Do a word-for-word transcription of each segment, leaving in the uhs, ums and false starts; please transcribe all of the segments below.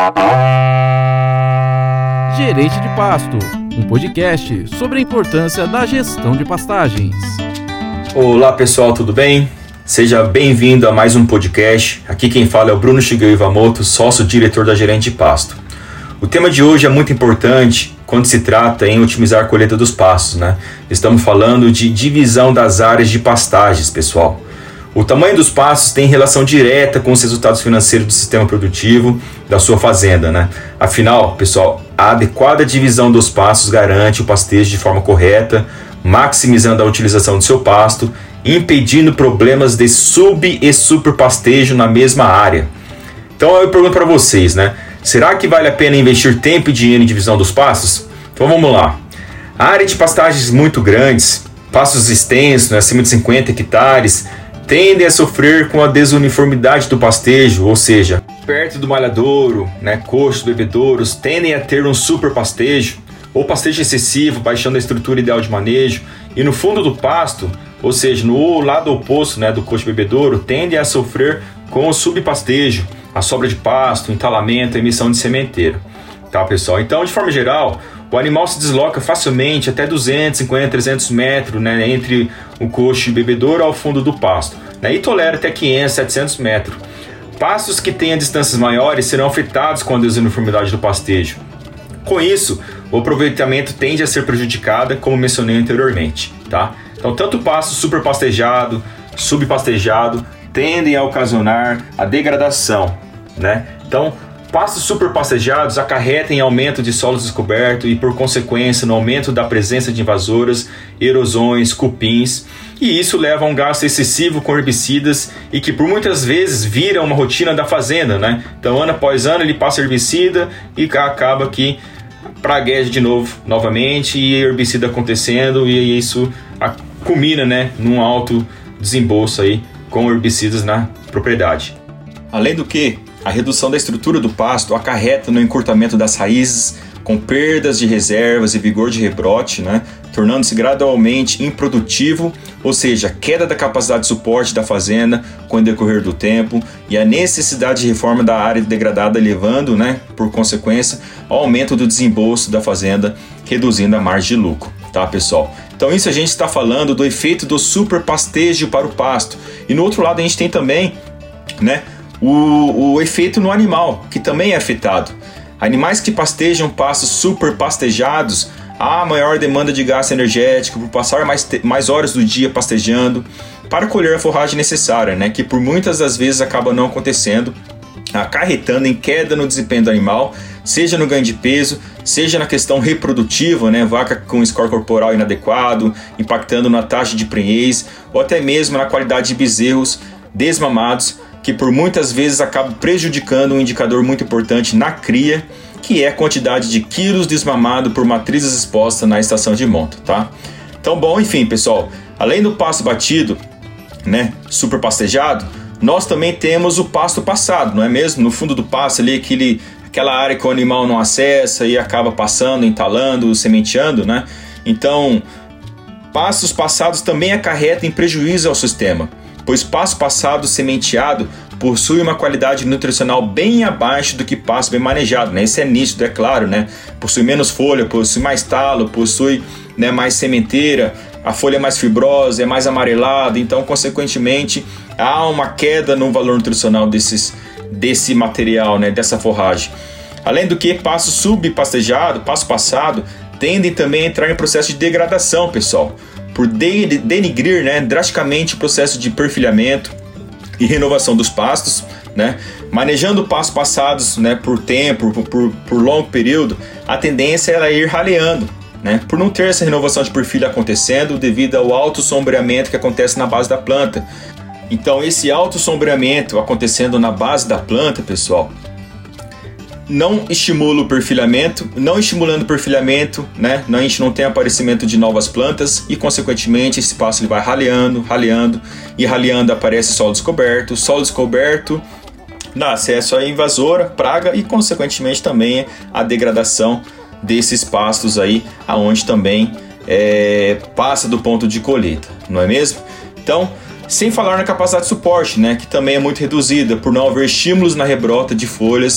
Gerente de Pasto, um podcast sobre a importância da gestão de pastagens. Olá pessoal, tudo bem? Seja bem-vindo a mais um podcast. Aqui quem fala é o Bruno Shigeo Iwamoto, sócio-diretor da Gerente de Pasto. O tema de hoje é muito importante quando se trata em otimizar a colheita dos pastos, né? Estamos falando de divisão das áreas de pastagens, pessoal. O tamanho dos pastos tem relação direta com os resultados financeiros do sistema produtivo da sua fazenda, né? Afinal, pessoal, a adequada divisão dos pastos garante o pastejo de forma correta, maximizando a utilização do seu pasto, impedindo problemas de sub- e superpastejo na mesma área. Então eu pergunto para vocês, né? Será que vale a pena investir tempo e dinheiro em divisão dos pastos? Então vamos lá. A área de pastagens muito grandes, pastos extensos, né, acima de cinquenta hectares, tendem a sofrer com a desuniformidade do pastejo, ou seja, perto do malhadouro, né, coxos, bebedouros, tendem a ter um superpastejo ou pastejo excessivo, baixando a estrutura ideal de manejo, e no fundo do pasto, ou seja, no lado oposto, né, do coxo bebedouro, tendem a sofrer com o subpastejo, a sobra de pasto, entalamento, a emissão de sementeira. Tá, pessoal? Então, de forma geral, o animal se desloca facilmente até duzentos e cinquenta, trezentos metros, né, entre o coxo e o bebedouro ao fundo do pasto, né, e tolera até quinhentos, setecentos metros. Pastos que tenham distâncias maiores serão afetados com a desuniformidade do pastejo. Com isso, o aproveitamento tende a ser prejudicado, como mencionei anteriormente. Tá? Então, tanto o pasto superpastejado, subpastejado, tendem a ocasionar a degradação, né? Então, pastos superpastejados acarretam em aumento de solos descobertos e, por consequência, no aumento da presença de invasoras, erosões, cupins, e isso leva a um gasto excessivo com herbicidas e que, por muitas vezes, vira uma rotina da fazenda, né? Então, ano após ano, ele passa herbicida e acaba que pragueja de novo, novamente, e herbicida acontecendo, e isso culmina, né, num alto desembolso aí com herbicidas na propriedade. Além do que, a redução da estrutura do pasto acarreta no encurtamento das raízes, com perdas de reservas e vigor de rebrote, né, tornando-se gradualmente improdutivo, ou seja, queda da capacidade de suporte da fazenda com o decorrer do tempo e a necessidade de reforma da área degradada, levando, né, por consequência, ao aumento do desembolso da fazenda, reduzindo a margem de lucro. Tá, pessoal? Então isso a gente está falando do efeito do superpastejo para o pasto. E no outro lado a gente tem também, né, o, o efeito no animal, que também é afetado. Animais que pastejam pastos superpastejados, há maior demanda de gasto energético por passar mais, te- mais horas do dia pastejando para colher a forragem necessária, né, que por muitas das vezes acaba não acontecendo, acarretando em queda no desempenho do animal, seja no ganho de peso, seja na questão reprodutiva, né, vaca com score corporal inadequado, impactando na taxa de prenhez, ou até mesmo na qualidade de bezerros desmamados, que por muitas vezes acaba prejudicando um indicador muito importante na cria, que é a quantidade de quilos desmamado por matrizes expostas na estação de monta, tá? Então, bom, enfim, pessoal, além do pasto batido, né, super pastejado, nós também temos o pasto passado, não é mesmo? No fundo do pasto ali, aquele, aquela área que o animal não acessa e acaba passando, entalando, sementeando, né? Então, pastos passados também acarretam em prejuízo ao sistema, pois pasto passado sementeado possui uma qualidade nutricional bem abaixo do que pasto bem manejado, né? Isso é nítido, é claro, né? Possui menos folha, possui mais talo, possui, né, mais sementeira, a folha é mais fibrosa, é mais amarelada, então, consequentemente, há uma queda no valor nutricional desses, desse material, né, dessa forragem. Além do que, pasto subpastejado, pasto passado, tendem também a entrar em processo de degradação, pessoal, por denigrir, né, drasticamente o processo de perfilhamento e renovação dos pastos, né? Manejando pastos passados, né, por tempo, por, por, por longo período, a tendência é ir raleando, né, por não ter essa renovação de perfil acontecendo devido ao alto sombreamento que acontece na base da planta. Então, esse alto sombreamento acontecendo na base da planta, pessoal, não estimula o perfilhamento, não estimulando o perfilhamento, né, a gente não tem aparecimento de novas plantas e, consequentemente, esse pasto ele vai raleando, raleando e raleando aparece solo descoberto, solo descoberto dá acesso à invasora, praga e, consequentemente, também a degradação desses pastos aí, aonde também é, passa do ponto de colheita, não é mesmo? Então, sem falar na capacidade de suporte, né, que também é muito reduzida por não haver estímulos na rebrota de folhas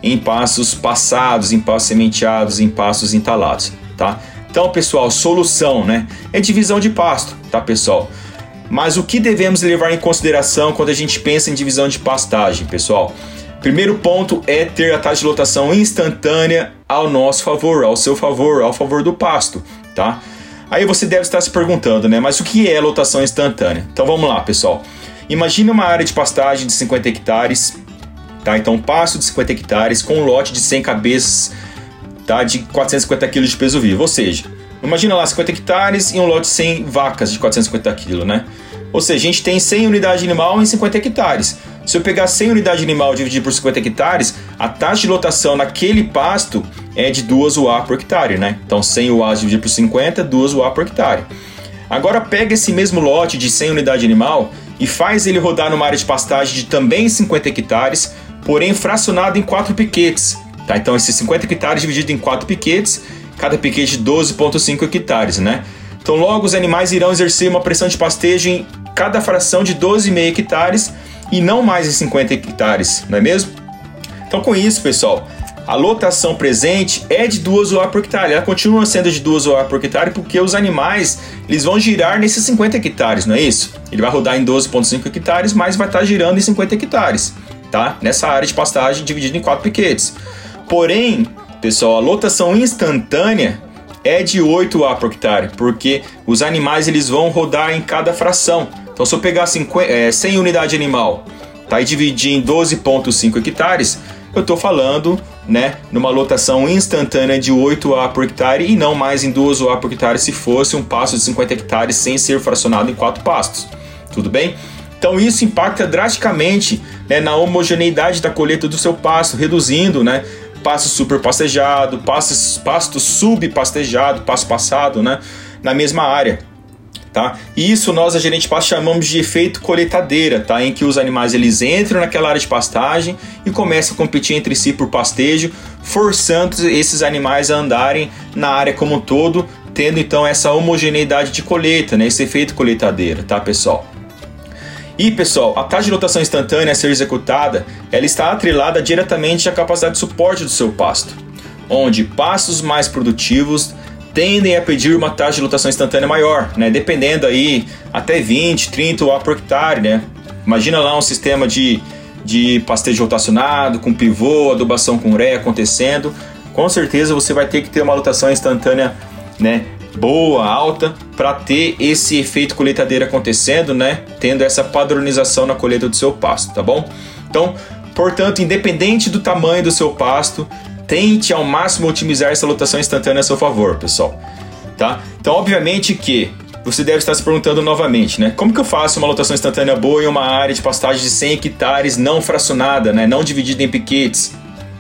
em pastos passados, em pastos sementeados, em pastos entalados, tá? Então, pessoal, solução, né? É divisão de pasto, tá, pessoal? Mas o que devemos levar em consideração quando a gente pensa em divisão de pastagem, pessoal? Primeiro ponto é ter a taxa de lotação instantânea ao nosso favor, ao seu favor, ao favor do pasto, tá? Aí você deve estar se perguntando, né? Mas o que é lotação instantânea? Então vamos lá, pessoal. Imagine uma área de pastagem de cinquenta hectares, tá? Então um pasto de cinquenta hectares com um lote de cem cabeças, tá? De quatrocentos e cinquenta quilos de peso vivo, ou seja, imagina lá cinquenta hectares e um lote de cem vacas de quatrocentos e cinquenta quilos, né? Ou seja, a gente tem cem unidades de animal em cinquenta hectares. Se eu pegar cem unidades de animal e dividir por cinquenta hectares, a taxa de lotação naquele pasto é de duas U A por hectare, né? Então cem U A dividido por cinquenta, duas U A por hectare. Agora pega esse mesmo lote de cem unidades de animal e faz ele rodar numa área de pastagem de também cinquenta hectares, porém fracionado em quatro piquetes, tá? Então esses cinquenta hectares dividido em quatro piquetes, cada piquete de doze vírgula cinco hectares, né? Então logo os animais irão exercer uma pressão de pastejo em cada fração de doze vírgula cinco hectares e não mais em cinquenta hectares, não é mesmo? Então com isso, pessoal, a lotação presente é de duas U A por hectare. Ela continua sendo de duas U A por hectare porque os animais eles vão girar nesses cinquenta hectares, não é isso? Ele vai rodar em doze vírgula cinco hectares, mas vai estar girando em cinquenta hectares, tá? Nessa área de pastagem dividida em quatro piquetes. Porém, pessoal, a lotação instantânea é de oito U A por hectare, porque os animais eles vão rodar em cada fração. Então, se eu pegar cinquenta, é, cem unidades de animal, tá, e dividir em doze vírgula cinco hectares, eu estou falando, né, numa lotação instantânea de oito U A por hectare e não mais em duas U A por hectare se fosse um pasto de cinquenta hectares sem ser fracionado em quatro pastos. Tudo bem? Então isso impacta drasticamente, né, na homogeneidade da colheita do seu pasto, reduzindo, né, pasto super pastejado, pasto, pasto subpastejado, pasto passado, né, na mesma área. Tá? E isso nós, a gerente de pasto, chamamos de efeito colheitadeira, tá? Em que os animais eles entram naquela área de pastagem e começam a competir entre si por pastejo, forçando esses animais a andarem na área como um todo, tendo então essa homogeneidade de colheita, né? Esse efeito colheitadeira, tá, pessoal? E, pessoal, a taxa de lotação instantânea a ser executada, ela está atrelada diretamente à capacidade de suporte do seu pasto, onde pastos mais produtivos tendem a pedir uma taxa de lotação instantânea maior, né? Dependendo aí até vinte, trinta U A por hectare, né? Imagina lá um sistema de, de pastejo rotacionado, com pivô, adubação com ureia acontecendo. Com certeza você vai ter que ter uma lotação instantânea, né, boa, alta, para ter esse efeito colheitadeira acontecendo, né? Tendo essa padronização na colheita do seu pasto, tá bom? Então, portanto, independente do tamanho do seu pasto, tente ao máximo otimizar essa lotação instantânea a seu favor, pessoal, tá? Então, obviamente que você deve estar se perguntando novamente, né? Como que eu faço uma lotação instantânea boa em uma área de pastagem de cem hectares não fracionada, né? Não dividida em piquetes?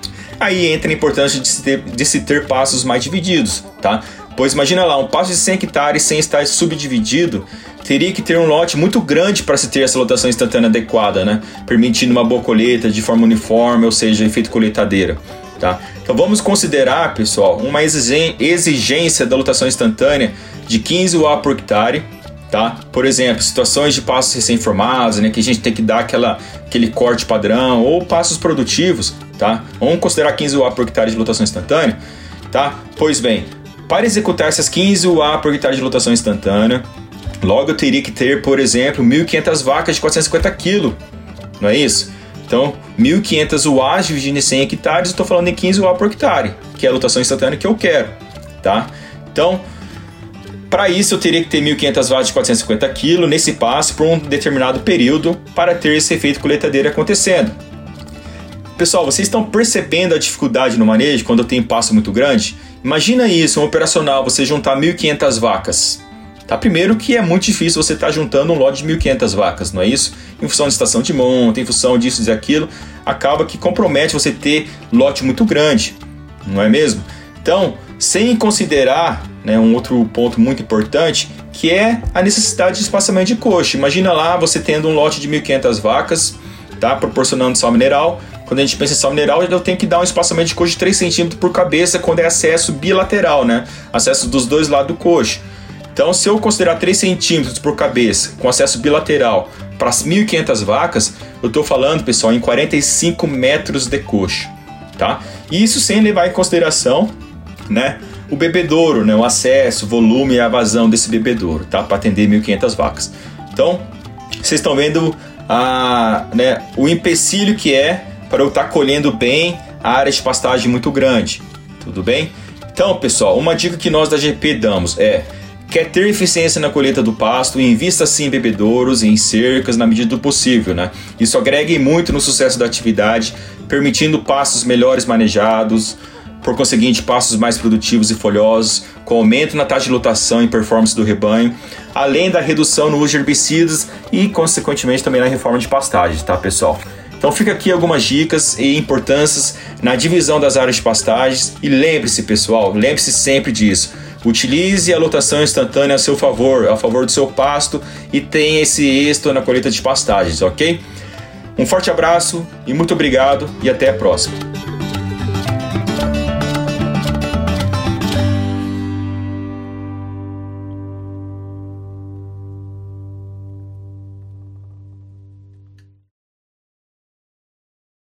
Aí entra a importância de se ter, de se ter pastos mais divididos, tá? Pois imagina lá, um pasto de cem hectares sem estar subdividido, teria que ter um lote muito grande para se ter essa lotação instantânea adequada, né? Permitindo uma boa colheita de forma uniforme, ou seja, efeito colheitadeira. Tá? Então vamos considerar, pessoal, uma exigência da lotação instantânea de quinze U A por hectare, tá? Por exemplo, situações de pastos recém-formados, né, que a gente tem que dar aquela, aquele corte padrão, ou pastos produtivos, tá? Vamos considerar quinze U A por hectare de lotação instantânea, tá? Pois bem, para executar essas quinze U A por hectare de lotação instantânea, logo eu teria que ter, por exemplo, mil e quinhentas vacas de quatrocentos e cinquenta quilos, não é isso? Então, mil e quinhentas U As dividindo em cem hectares, eu estou falando em quinze U A por hectare, que é a lotação instantânea que eu quero, tá? Então, para isso eu teria que ter mil e quinhentas vacas de quatrocentos e cinquenta quilos nesse pasto por um determinado período para ter esse efeito colheitadeira acontecendo. Pessoal, vocês estão percebendo a dificuldade no manejo quando eu tenho pasto muito grande? Imagina isso, um operacional, você juntar mil e quinhentas vacas. Tá? Primeiro que é muito difícil você estar tá juntando um lote de mil e quinhentas vacas, não é isso? Em função de estação de monta, em função disso e aquilo, acaba que compromete você ter lote muito grande, não é mesmo? Então, sem considerar, né, um outro ponto muito importante, que é a necessidade de espaçamento de coxo. Imagina lá você tendo um lote de mil e quinhentas vacas, tá, proporcionando sal mineral. Quando a gente pensa em sal mineral, eu tenho que dar um espaçamento de coxo de três centímetros por cabeça quando é acesso bilateral, né? Acesso dos dois lados do coxo. Então, se eu considerar três centímetros por cabeça, com acesso bilateral, para mil e quinhentas vacas, eu estou falando, pessoal, em quarenta e cinco metros de coxo. tá? E isso sem levar em consideração, né, o bebedouro, né, o acesso, o volume e a vazão desse bebedouro, tá? Para atender mil e quinhentas vacas. Então, vocês estão vendo a, né, o empecilho que é para eu estar colhendo bem a área de pastagem muito grande, tudo bem? Então, pessoal, uma dica que nós da G P damos é: quer ter eficiência na colheita do pasto, invista sim em bebedouros e em cercas na medida do possível, né? Isso agrega muito no sucesso da atividade, permitindo pastos melhores manejados, por conseguinte, pastos mais produtivos e folhosos, com aumento na taxa de lotação e performance do rebanho, além da redução no uso de herbicidas e, consequentemente, também na reforma de pastagem, tá, pessoal? Então fica aqui algumas dicas e importâncias na divisão das áreas de pastagens. E lembre-se, pessoal, lembre-se sempre disso. Utilize a lotação instantânea a seu favor, a favor do seu pasto, e tenha esse êxito na colheita de pastagens, ok? Um forte abraço e muito obrigado, e até a próxima.